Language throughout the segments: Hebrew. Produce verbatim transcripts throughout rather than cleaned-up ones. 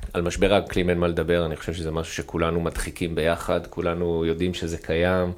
על משבר האקלים אין מה לדבר, אני חושב שזה משהו שכולנו מדחיקים ביחד, כולנו יודעים שזה קיים,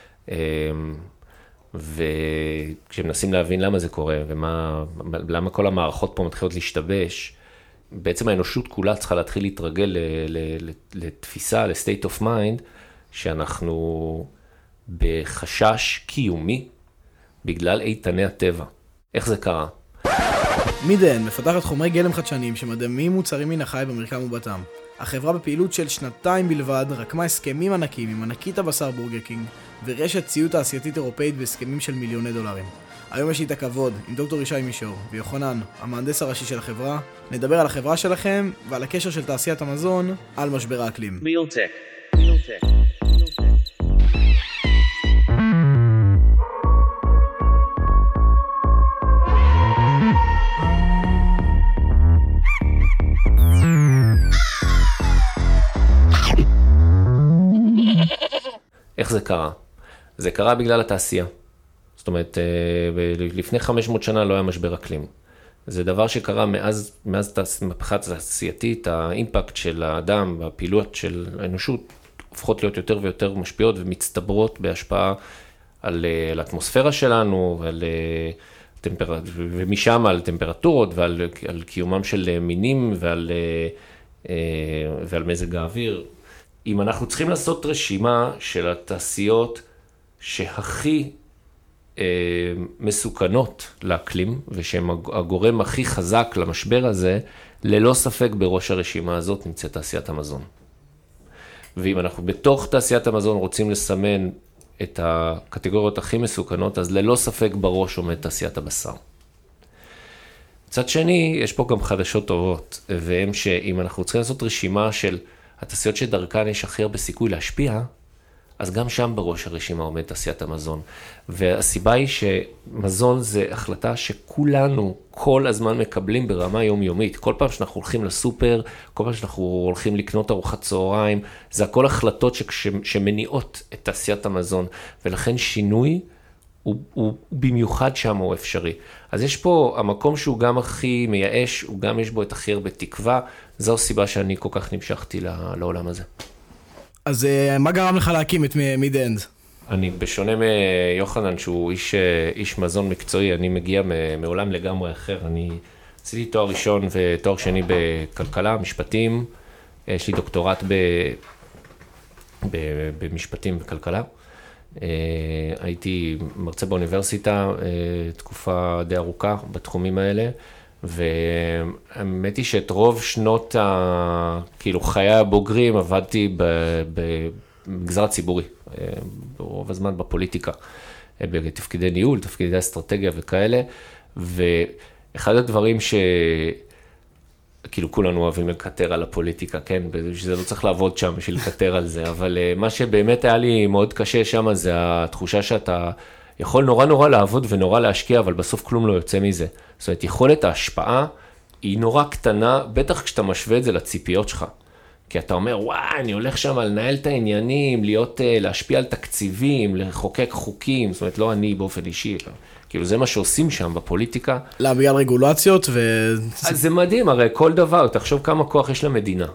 וכשמנסים להבין למה זה קורה, ולמה כל המערכות פה מתחילות להשתבש, בעצם האנושות כולה צריכה להתחיל להתרגל לתפיסה, ל-state of mind, שאנחנו בחשש קיומי בגלל איתני הטבע. איך זה קרה? מידן מפתחת חומרי גלם חדשניים שמדמים מוצרים מן החי במרקם ובטעם. החברה בפעילות של שנתיים בלבד רקמה הסכמים ענקים עם ענקית הבשר בורגר קינג ורשת ציוד תעשייתית אירופאית בהסכמים של מיליוני דולרים. היום יש לי את הכבוד עם דוקטור ישי מישור ויוחנן, המהנדס הראשי של החברה, נדבר על החברה שלכם ועל הקשר של תעשיית המזון על משבר האקלים. מיולטק, מיולטק. איך זה קרה? זה קרה בגלל התעשייה. זאת אומרת, לפני חמש מאות שנה לא היה משבר אקלים. זה דבר שקרה מאז, מאז מהפכה תעשייתית, האימפקט של האדם והפעילות של האנושות הופכות להיות יותר ויותר משפיעות ומצטברות בהשפעה על, על האטמוספירה שלנו, ועל, טמפר... ומשם על טמפרטורות ועל על קיומם של מינים ועל, ועל מזג האוויר. אם אנחנו צריכים לעשות רשימה של התעשיות שהכי אה, מסוכנות לאקלים, ושהן הגורם הכי חזק למשבר הזה, ללא ספק בראש הרשימה הזאת נמצאת תעשיית המזון. ואם אנחנו בתוך תעשיית המזון רוצים לסמן את הקטגוריות הכי מסוכנות, אז ללא ספק בראש עומד תעשיית הבשר. מצד שני, יש פה גם חדשות טובות, והם שאם אנחנו צריכים לעשות רשימה של התעשיות שדרכן יש הכי הרבה סיכוי להשפיע, אז גם שם בראש הרשימה עומד תעשיית המזון. והסיבה היא שמזון זה החלטה שכולנו כל הזמן מקבלים ברמה יומיומית. כל פעם שאנחנו הולכים לסופר, כל פעם שאנחנו הולכים לקנות ארוחת צהריים, זה הכל החלטות שמניעות את תעשיית המזון. ולכן שינוי הוא, הוא, הוא במיוחד שם הוא אפשרי. אז יש פה המקום שהוא גם הכי מייאש, הוא גם יש בו את הכי הרבה תקווה, זו הסיבה שאני כל כך נמשכתי לעולם הזה. אז מה גרם לך להקים את מיד-אנד? אני בשונה מיוחנן שהוא איש, איש מזון מקצועי, אני מגיע מעולם לגמרי אחר, אני עשיתי תואר ראשון ותואר שני בכלכלה, משפטים, יש לי דוקטורט ב, ב, במשפטים וכלכלה. הייתי מרצה באוניברסיטה תקופה די ארוכה בתחומים האלה, והאמת היא שאת רוב שנות ה... כאילו חיי הבוגרים עבדתי במגזר הציבורי, ברוב הזמן בפוליטיקה, בתפקידי ניהול, תפקידי אסטרטגיה וכאלה, ואחד הדברים ש... כאילו כולנו אוהבים לקטר על הפוליטיקה, כן? שזה לא צריך לעבוד שם בשביל לקטר על זה, אבל מה שבאמת היה לי מאוד קשה שם זה התחושה שאתה יכול נורא נורא לעבוד ונורא להשקיע, אבל בסוף כלום לא יוצא מזה. זאת אומרת, יכולת ההשפעה היא נורא קטנה, בטח כשאתה משווה את זה לציפיות שלך. כי אתה אומר, וואי, אני הולך שם לנהל את העניינים, להיות, להשפיע על תקציבים, לחוקק חוקים, זאת אומרת, לא אני באופן אישי, כאילו זה מה שעושים שם בפוליטיקה. לא, בגלל רגולציות ו... אז זה מדהים, הרי כל דבר, תחשוב כמה כוח יש למדינה.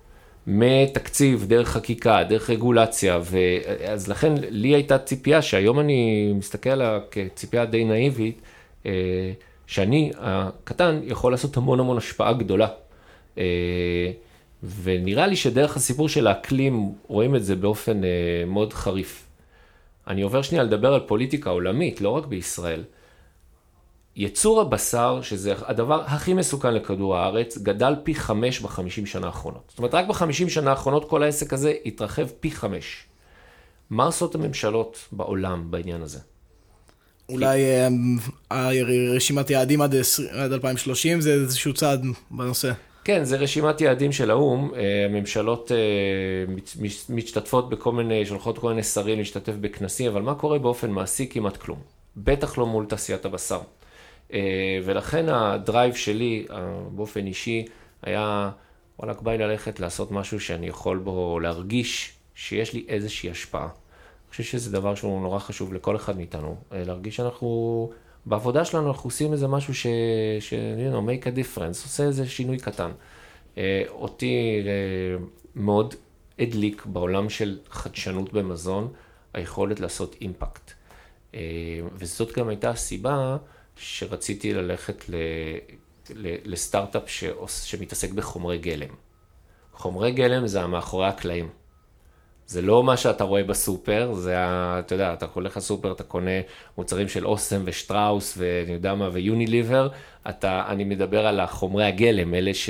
מתקציב, דרך חקיקה, דרך רגולציה, אז לכן לי הייתה ציפייה, שהיום אני מסתכל עליה כציפייה די נאיבית, שאני, הקטן, יכול לעשות המון המון השפעה גדולה. ונראה לי שדרך הסיפור של האקלים, רואים את זה באופן מאוד חריף. אני עובר שנייה לדבר על פוליטיקה עולמית, לא רק בישראל. יצור הבשר, שזה הדבר הכי מסוכן לכדור הארץ, גדל פי חמש בחמישים שנה האחרונות. זאת אומרת, רק בחמישים שנה האחרונות כל העסק הזה התרחב פי חמש. מה עושות הממשלות בעולם בעניין הזה? אולי רשימת יעדים עד אלפיים ושלושים זה איזשהו צעד בנושא. כן, זה רשימת יעדים של האום. הממשלות משתתפות בכל מיני, שולחות כל מיני שרים להשתתף בכנסים, אבל מה קורה באופן מעשי? כמעט כלום. בטח לא מול תעשיית הבשר. ולכן הדרייב שלי באופן אישי היה, וואלה, בא לי ללכת לעשות משהו שאני יכול בו להרגיש שיש לי איזושהי השפעה. אני חושב שזה דבר שהוא נורא חשוב לכל אחד מאיתנו, להרגיש שאנחנו, בעבודה שלנו אנחנו עושים איזה משהו ש, ש you know, make a difference, עושה איזה שינוי קטן. אותי מאוד הדליק בעולם של חדשנות במזון, היכולת לעשות אימפקט. וזאת גם הייתה הסיבה שרציתי ללכת לסטארט-אפ שמתעסק בחומרי גלם. חומרי גלם זה מאחורי הקלעים. זה לא מה שאתה רואה בסופר, זה, אתה יודע, אתה הולך לסופר, אתה קונה מוצרים של אוסם ושטראוס ואני יודע מה, ויוניליבר, אתה, אני מדבר על החומרי הגלם, אלה ש...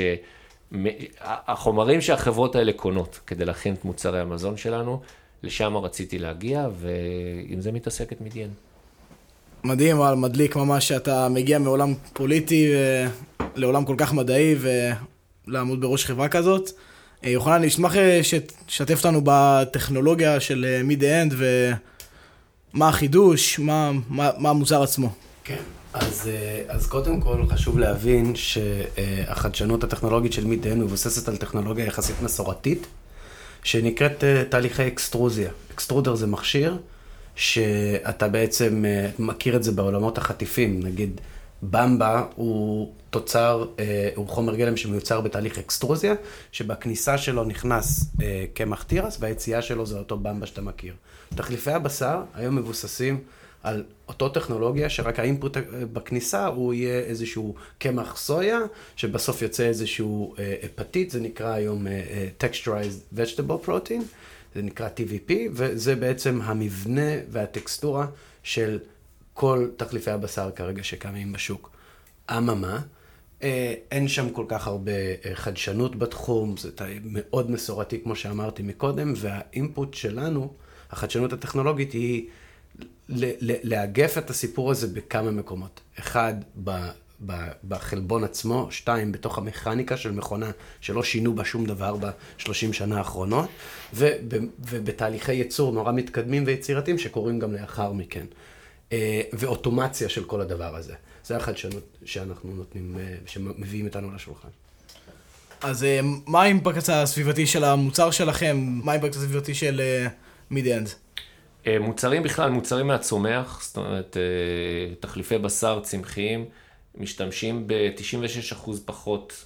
החומרים שהחברות האלה קונות כדי להכין את מוצרי המזון שלנו, לשם רציתי להגיע, ועם זה מתעסקת מידיין. מדהים, מדליק ממש שאתה מגיע מעולם פוליטי לעולם כל כך מדעי, ולעמוד בראש חברה כזאת. יוחנן, אני אשמח שתשתף אותנו בטכנולוגיה של מיד-אנד, ומה החידוש, מה, מה, מה המוצר עצמו. כן, אז, אז קודם כל חשוב להבין שהחדשנות הטכנולוגית של מיד-אנד מבוססת על טכנולוגיה יחסית מסורתית, שנקראת תהליכי אקסטרוזיה. אקסטרודר זה מכשיר שאתה בעצם מכיר את זה בעולמות החטיפים, נגיד במבה הוא תוצר, הוא חומר גלם שמיוצר בתהליך אקסטרוזיה, שבכניסה שלו נכנס קמח תירס, והיציאה שלו זה אותו במבה שאתה מכיר. תחליפי הבשר היום מבוססים על אותו טכנולוגיה, שרק האינפוט בכניסה הוא יהיה איזשהו קמח סויה, שבסוף יוצא איזשהו הפטיט, זה נקרא היום Texturized Vegetable Protein, זה נקרא טי וי פי, וזה בעצם המבנה והטקסטורה של כל תחליפי הבשר כרגע שקמים בשוק. אממה, אין שם כל כך הרבה חדשנות בתחום, זה מאוד מסורתי כמו שאמרתי מקודם, והאינפוט שלנו, החדשנות הטכנולוגית היא לאגף את הסיפור הזה בכמה מקומות. אחד, בחלבון עצמו, שתיים, בתוך המכניקה של מכונה שלא שינו בה שום דבר בשלושים שנה האחרונות, ובתהליכי ייצור נורא מתקדמים ויצירתיים שקורים גם לאחר מכן. ואוטומציה של כל הדבר הזה. זה החדשנות שאנחנו נותנים, שמביאים איתנו לשולחן. אז מה האימפקט הסביבתי של המוצר שלכם? מה האימפקט הסביבתי של מיד-אנד? מוצרים בכלל, מוצרים מהצומח, זאת אומרת, תחליפי בשר צמחיים, משתמשים ב-תשעים ושש אחוז פחות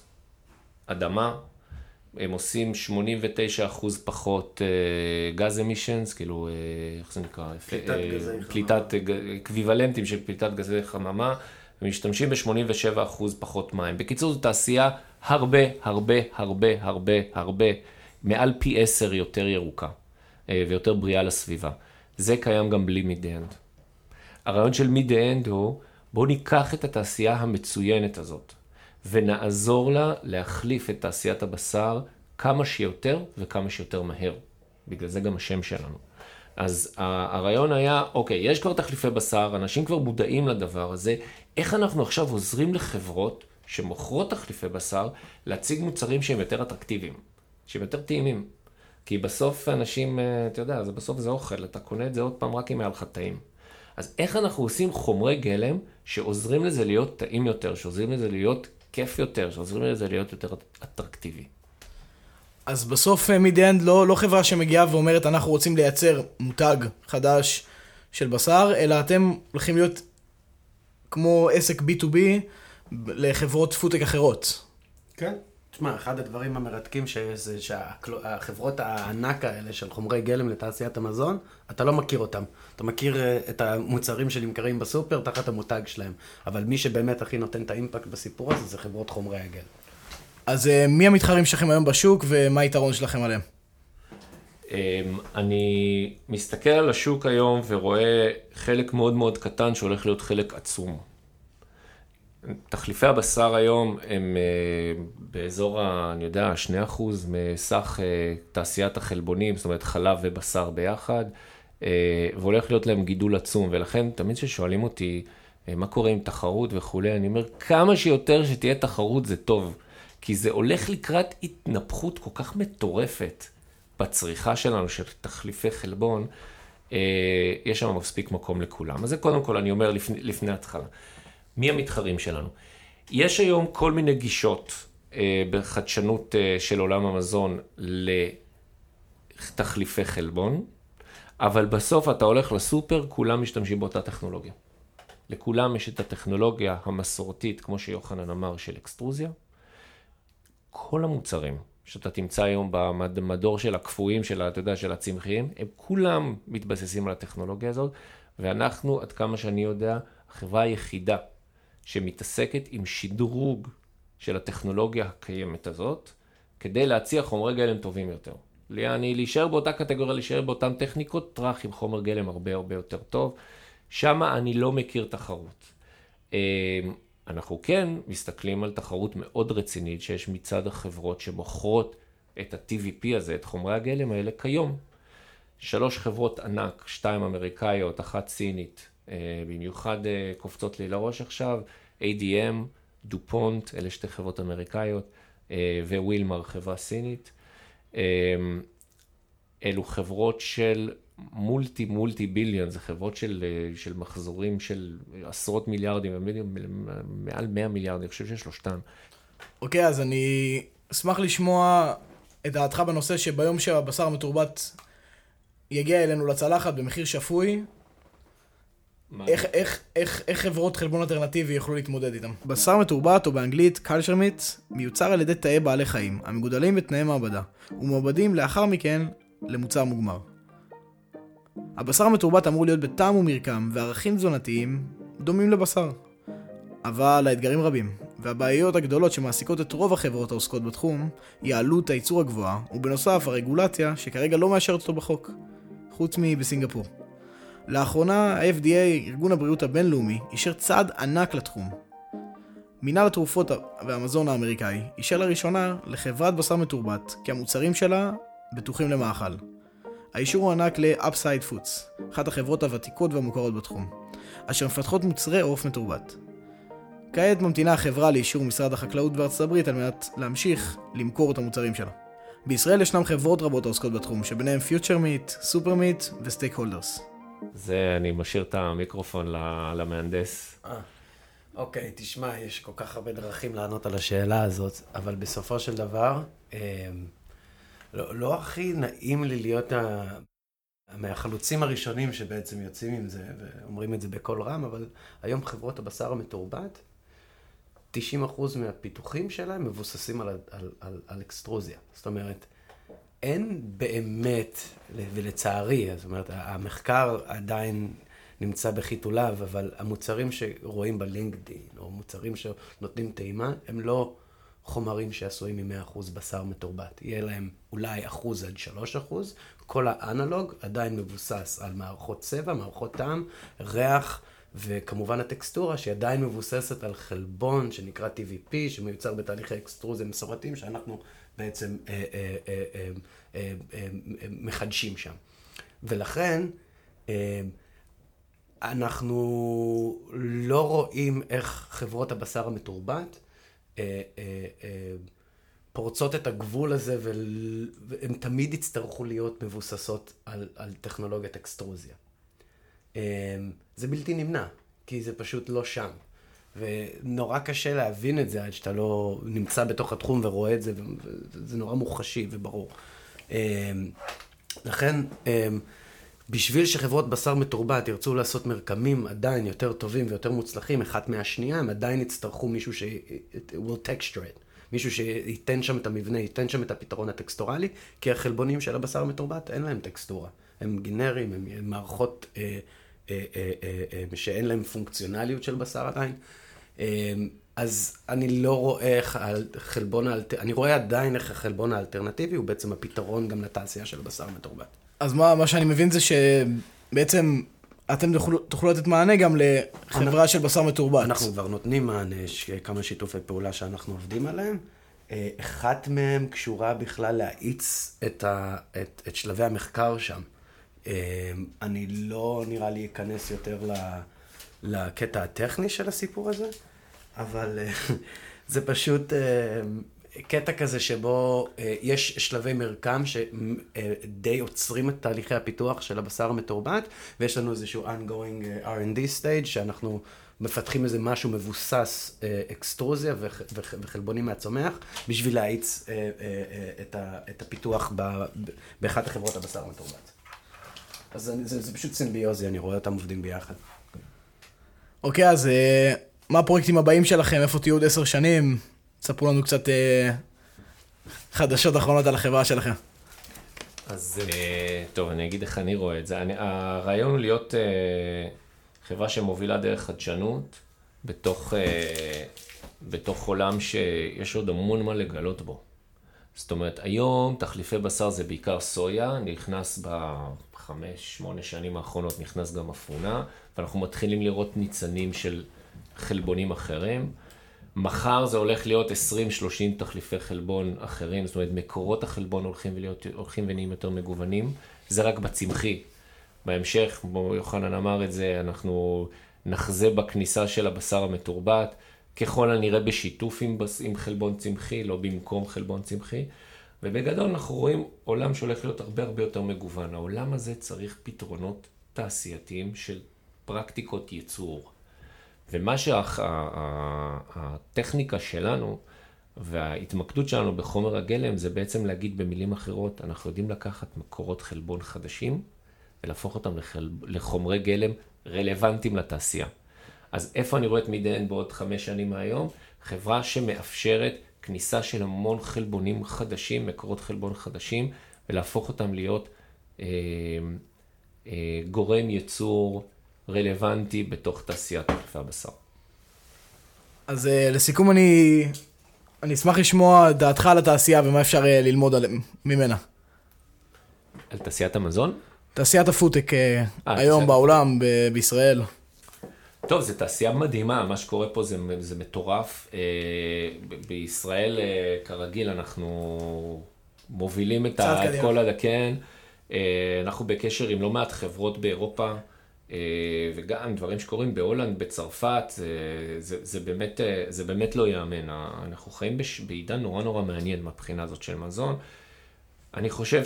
אדמה, הם עושים שמונים ותשעה אחוז פחות גז אמישנס, כאילו, איך זה נקרא? פליטת גזי חממה. פליטת, אקוויוולנטים של פליטת גזי חממה, ומשתמשים ב-שמונים ושבעה אחוז פחות מים. בקיצור, זו תעשייה הרבה, הרבה, הרבה, הרבה, הרבה, מעל פי עשר יותר ירוקה, ויותר בריאה לסביבה. זה קיים גם בלי מיד-אנד. הרעיון של מיד-אנד הוא, בואו ניקח את התעשייה המצוינת הזאת, ונעזור לה להחליף את תעשיית הבשר כמה שיותר וכמה שיותר מהר. בגלל זה גם השם שלנו. אז הרעיון היה, אוקיי, יש כבר תחליפי בשר, אנשים כבר מודעים לדבר הזה, איך אנחנו עכשיו עוזרים לחברות שמוכרות תחליפי בשר, להציג מוצרים שהם יותר אטרקטיביים, שהם יותר טעימים. כי בסוף אנשים, אתה יודע, זה בסוף זה אוכל, אתה קונה את זה עוד פעם רק עם מעל חטאים. אז איך אנחנו עושים חומרי גלם שעוזרים לזה להיות טעים יותר, שעוזרים לזה להיות כיף יותר, שעוזרים לזה להיות יותר אטרקטיבי. אז בסוף מיד-אנד לא, לא חברה שמגיעה ואומרת אנחנו רוצים לייצר מותג חדש של בשר, אלא אתם הולכים להיות כמו עסק בי טו בי לחברות פודטק אחרות. כן. תשמע, אחד הדברים המרתקים שזה שהחברות הענק האלה של חומרי גלם לתעשיית המזון, אתה לא מכיר אותם. אתה מכיר את המוצרים שנמכרים בסופר תחת המותג שלהם. אבל מי שבאמת הכי נותן את האימפקט בסיפור הזה, זה חברות חומרי הגלם. אז מי המתחרים שלכם היום בשוק ומה היתרון שלכם עליהם? אני מסתכל על השוק היום ורואה חלק מאוד מאוד קטן שהולך להיות חלק עצום. תחליפי הבשר היום הם באזור, אני יודע, שני אחוז מסך תעשיית החלבונים, זאת אומרת חלב ובשר ביחד, והולך להיות להם גידול עצום, ולכן תמיד ששואלים אותי מה קורה עם תחרות וכו', אני אומר כמה שיותר שתהיה תחרות זה טוב, כי זה הולך לקראת התנפחות כל כך מטורפת בצריכה שלנו של תחליפי חלבון, יש שם מספיק מקום לכולם. אז זה קודם כל אני אומר לפני, לפני התחלה. מי המתחרים שלנו? יש היום כל מיני גישות אה, בחדשנות אה, של עולם המזון לתחליפי חלבון, אבל בסוף אתה הולך לסופר, כולם משתמשים באותה טכנולוגיה. לכולם יש את הטכנולוגיה המסורתית, כמו שיוחנן אמר, של אקסטרוזיה. כל המוצרים שאתה תמצא היום במדור של הקפואים, של, אתה יודע, של הצמחיים, הם כולם מתבססים על הטכנולוגיה הזאת, ואנחנו, עד כמה שאני יודע, החברה היחידה שמתעסקת עם שדרוג של הטכנולוגיה הקיימת הזאת, כדי להציע חומרי גלם טובים יותר. אני להישאר באותה קטגוריה, להישאר באותן טכניקות, טרח עם חומר גלם הרבה הרבה יותר טוב. שם אני לא מכיר תחרות. אנחנו כן מסתכלים על תחרות מאוד רצינית, שיש מצד החברות שמוכרות את ה-טי וי פי הזה, את חומרי הגלם האלה כיום. שלוש חברות ענק, שתיים אמריקאיות, אחת סינית, במיוחד קופצות לי לראש עכשיו, איי די אם, דופונט, אלה שתי חברות אמריקאיות, ווילמר, חברה סינית. אלו חברות של מולטי מולטי ביליון, זה חברות של, של מחזורים של עשרות מיליארדים, מעל מאה מיליארד, אני חושב שיש שלושתן. אוקיי, אז אני אשמח לשמוע את דעתך בנושא שביום שהבשר המתורבת יגיע אלינו לצלחת במחיר שפוי, איך, איך, איך, איך חברות חלבון אלטרנטיבי יוכלו להתמודד איתם? בשר מתורבת, או באנגלית culture meat, מיוצר על ידי תאי בעלי חיים, המגודלים בתנאי מעבדה, ומעובדים לאחר מכן למוצר מוגמר. הבשר המתורבת אמור להיות בטעם ומרקם וערכים תזונתיים דומים לבשר. אבל האתגרים רבים, והבעיות הגדולות שמעסיקות את רוב החברות העוסקות בתחום, היא העלות הייצור הגבוהה, ובנוסף הרגולציה שכרגע לא מאשרת אותו בחוק, חוץ מבסינגפור. לאחרונה ה-אף די איי, ארגון הבריאות הבינלאומי, אישר צעד ענק לתחום. מינהל התרופות והמזון האמריקאי אישר לראשונה לחברת בשר מתורבת, כי המוצרים שלה בטוחים למאכל. האישור הוענק ל-Upside Foods, אחת החברות הוותיקות והמוכרות בתחום, אשר מפתחות מוצרי עוף מתורבת. כעת ממתינה החברה לאישור משרד החקלאות בארצות הברית על מנת להמשיך למכור את המוצרים שלה. בישראל ישנם חברות רבות העוסקות בתחום, שביניהם Future Meat, Super Meat ו-Stakeholders. זה, אני משאיר את המיקרופון למהנדס. אה, אוקיי, תשמע, יש כל כך הרבה דרכים לענות על השאלה הזאת, אבל בסופו של דבר, אה, לא, לא הכי נעים לי להיות ה... מהחלוצים הראשונים שבעצם יוצאים עם זה, ואומרים את זה בכל רם, אבל היום חברות הבשר המתורבת, תשעים אחוז מהפיתוחים שלהם מבוססים על, על, על, על אקסטרוזיה. זאת אומרת, אין באמת, ולצערי, זאת אומרת, המחקר עדיין נמצא בחיתוליו, אבל המוצרים שרואים בלינקדין, או מוצרים שנותנים טעימה, הם לא חומרים שעשויים מ-מאה אחוז בשר מתורבת. יהיה להם אולי אחוז עד שלוש אחוז. כל האנלוג עדיין מבוסס על מערכות צבע, מערכות טעם, ריח, וכמובן הטקסטורה שעדיין מבוססת על חלבון שנקרא טי וי פי, שמיוצר בתהליכי אקסטרוזיה מסורתיים, שאנחנו בעצם אה, אה, אה, אה, אה, אה, מחדשים שם. ולכן, אה, אנחנו לא רואים איך חברות הבשר המתורבת אה, אה, אה, פורצות את הגבול הזה, והן תמיד יצטרכו להיות מבוססות על, על טכנולוגיית אקסטרוזיה. זה בלתי נמנע, כי זה פשוט לא שם. ונורא קשה להבין את זה עד שאתה לא נמצא בתוך התחום ורואה את זה, וזה נורא מוחשי וברור. לכן, בשביל שחברות בשר מתורבת ירצו לעשות מרקמים עדיין יותר טובים ויותר מוצלחים, אחת מהשנייה, הם עדיין יצטרכו מישהו ש... will texture it. מישהו שייתן שם את המבנה, ייתן שם את הפתרון הטקסטורלי, כי החלבונים של הבשר המתורבת אין להם טקסטורה. הם גנריים, הם מערכות אה, אה, אה, אה, אה, שאין להם פונקציונליות של בשר עדיין. אה, אז אני לא רואה איך החלבון האלטרנטיבי, אני רואה עדיין איך החלבון האלטרנטיבי הוא בעצם הפתרון גם לתעשייה של הבשר המתורבת. אז מה, מה שאני מבין זה שבעצם אתם תוכלו, תוכלו לתת מענה גם לחברה אנחנו, של בשר מתורבת. אנחנו כבר נותנים מענה, כמה שיתופי פעולה שאנחנו עובדים עליהם. אחת מהם קשורה בכלל להאיץ את, ה, את, את שלבי המחקר שם. אני לא נראה לי אכנס יותר לקטע הטכני של הסיפור הזה, אבל זה פשוט קטע כזה שבו יש שלבי מרקם שדי עוצרים את תהליכי הפיתוח של הבשר המתורבת, ויש לנו איזשהו ongoing אר אנד די stage שאנחנו מפתחים איזה משהו מבוסס אקסטרוזיה וחלבונים מהצומח, בשביל להאיץ את הפיתוח באחת החברות הבשר המתורבת. אז זה, זה, זה פשוט סימביוזי, אני רואה אותם עובדים ביחד. אוקיי, אז מה הפרויקטים הבאים שלכם? איפה תהיו עוד עשר שנים? תספרו לנו קצת חדשות אחרונות על החברה שלכם. אז טוב, אני אגיד איך אני רואה את זה. אני, הרעיון הוא להיות חברה שמובילה דרך חדשנות, בתוך, בתוך עולם שיש עוד המון מה לגלות בו. זאת אומרת, היום תחליפי בשר זה בעיקר סויה, נכנס בחמש, שמונה שנים האחרונות, נכנס גם אפונה, ואנחנו מתחילים לראות ניצנים של חלבונים אחרים. מחר זה הולך להיות עשרים שלושים תחליפי חלבון אחרים, זאת אומרת, מקורות החלבון הולכים, ולהיות, הולכים ונהיים יותר מגוונים, זה רק בצמחי. בהמשך, כמו יוחנן אמר את זה, אנחנו נחזה בכניסה של הבשר המתורבת, ככל הנראה בשיתוף עם, עם חלבון צמחי, לא במקום חלבון צמחי, ובגדול אנחנו רואים עולם שהולך להיות הרבה הרבה יותר מגוון. העולם הזה צריך פתרונות תעשייתיים של פרקטיקות ייצור. ומה שהטכניקה שלנו וההתמקדות שלנו בחומר הגלם זה בעצם להגיד במילים אחרות, אנחנו יודעים לקחת מקורות חלבון חדשים ולהפוך אותם לחל... לחומרי גלם רלוונטיים לתעשייה. אז איפה אני רואה את מידן בעוד חמש שנים מהיום? חברה שמאפשרת כניסה של המון חלבונים חדשים, מקורות חלבון חדשים, ולהפוך אותם להיות אה, אה, גורם ייצור רלוונטי בתוך תעשיית תחליפי הבשר. אז uh, לסיכום אני, אני אשמח לשמוע דעתך על התעשייה ומה אפשר uh, ללמוד על, ממנה. על תעשיית המזון? תעשיית הפודטק uh, היום תעשיית... בעולם, ב- בישראל. טוב, זו תעשייה מדהימה, מה שקורה פה זה, זה מטורף. Uh, ב- בישראל uh, כרגיל אנחנו מובילים את, ה- את כל הדקן. Uh, אנחנו בקשר עם לא מעט חברות באירופה, וגם דברים שקורים בהולנד, בצרפת, זה, זה, זה, באמת, זה באמת לא יאמן. אנחנו חיים בש, בעידן נורא נורא מעניין מהבחינה הזאת של מזון. אני חושב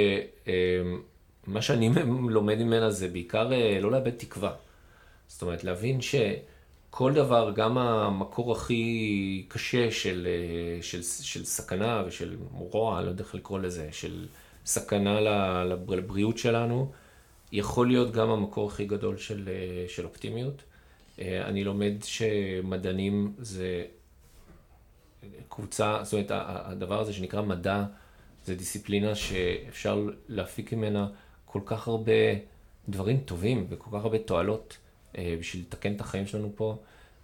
שמה שאני לומד ממנה זה בעיקר לא לאבד תקווה. זאת אומרת, להבין שכל דבר, גם המקור הכי קשה של, של, של סכנה ושל רוע, לא יודע איך לקרוא לזה, של סכנה לבריאות שלנו, יכול להיות גם המקור הכי גדול של, של אופטימיות. אני לומד שמדענים זה קבוצה, זאת אומרת, הדבר הזה שנקרא מדע, זה דיסציפלינה שאפשר להפיק ממנה כל כך הרבה דברים טובים וכל כך הרבה תועלות בשביל לתקן את החיים שלנו פה.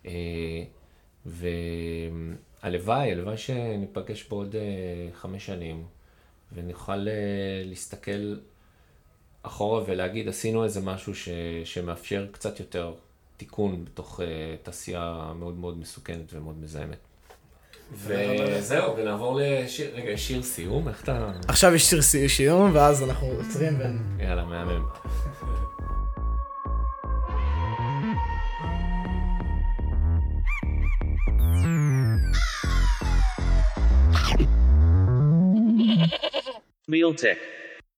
והלוואי, הלוואי שניפגש בעוד חמש שנים ונוכל להסתכל אחורה ולהגיד, עשינו איזה משהו ש, שמאפשר קצת יותר תיקון בתוך uh, תעשייה מאוד מאוד מסוכנת ומאוד מזהמת. וזהו, ונעבור לשיר, רגע, שיר סיום, איך אתה... עכשיו יש שיר סיום, ואז אנחנו עוצרים בין... יאללה, מהמם. Realtek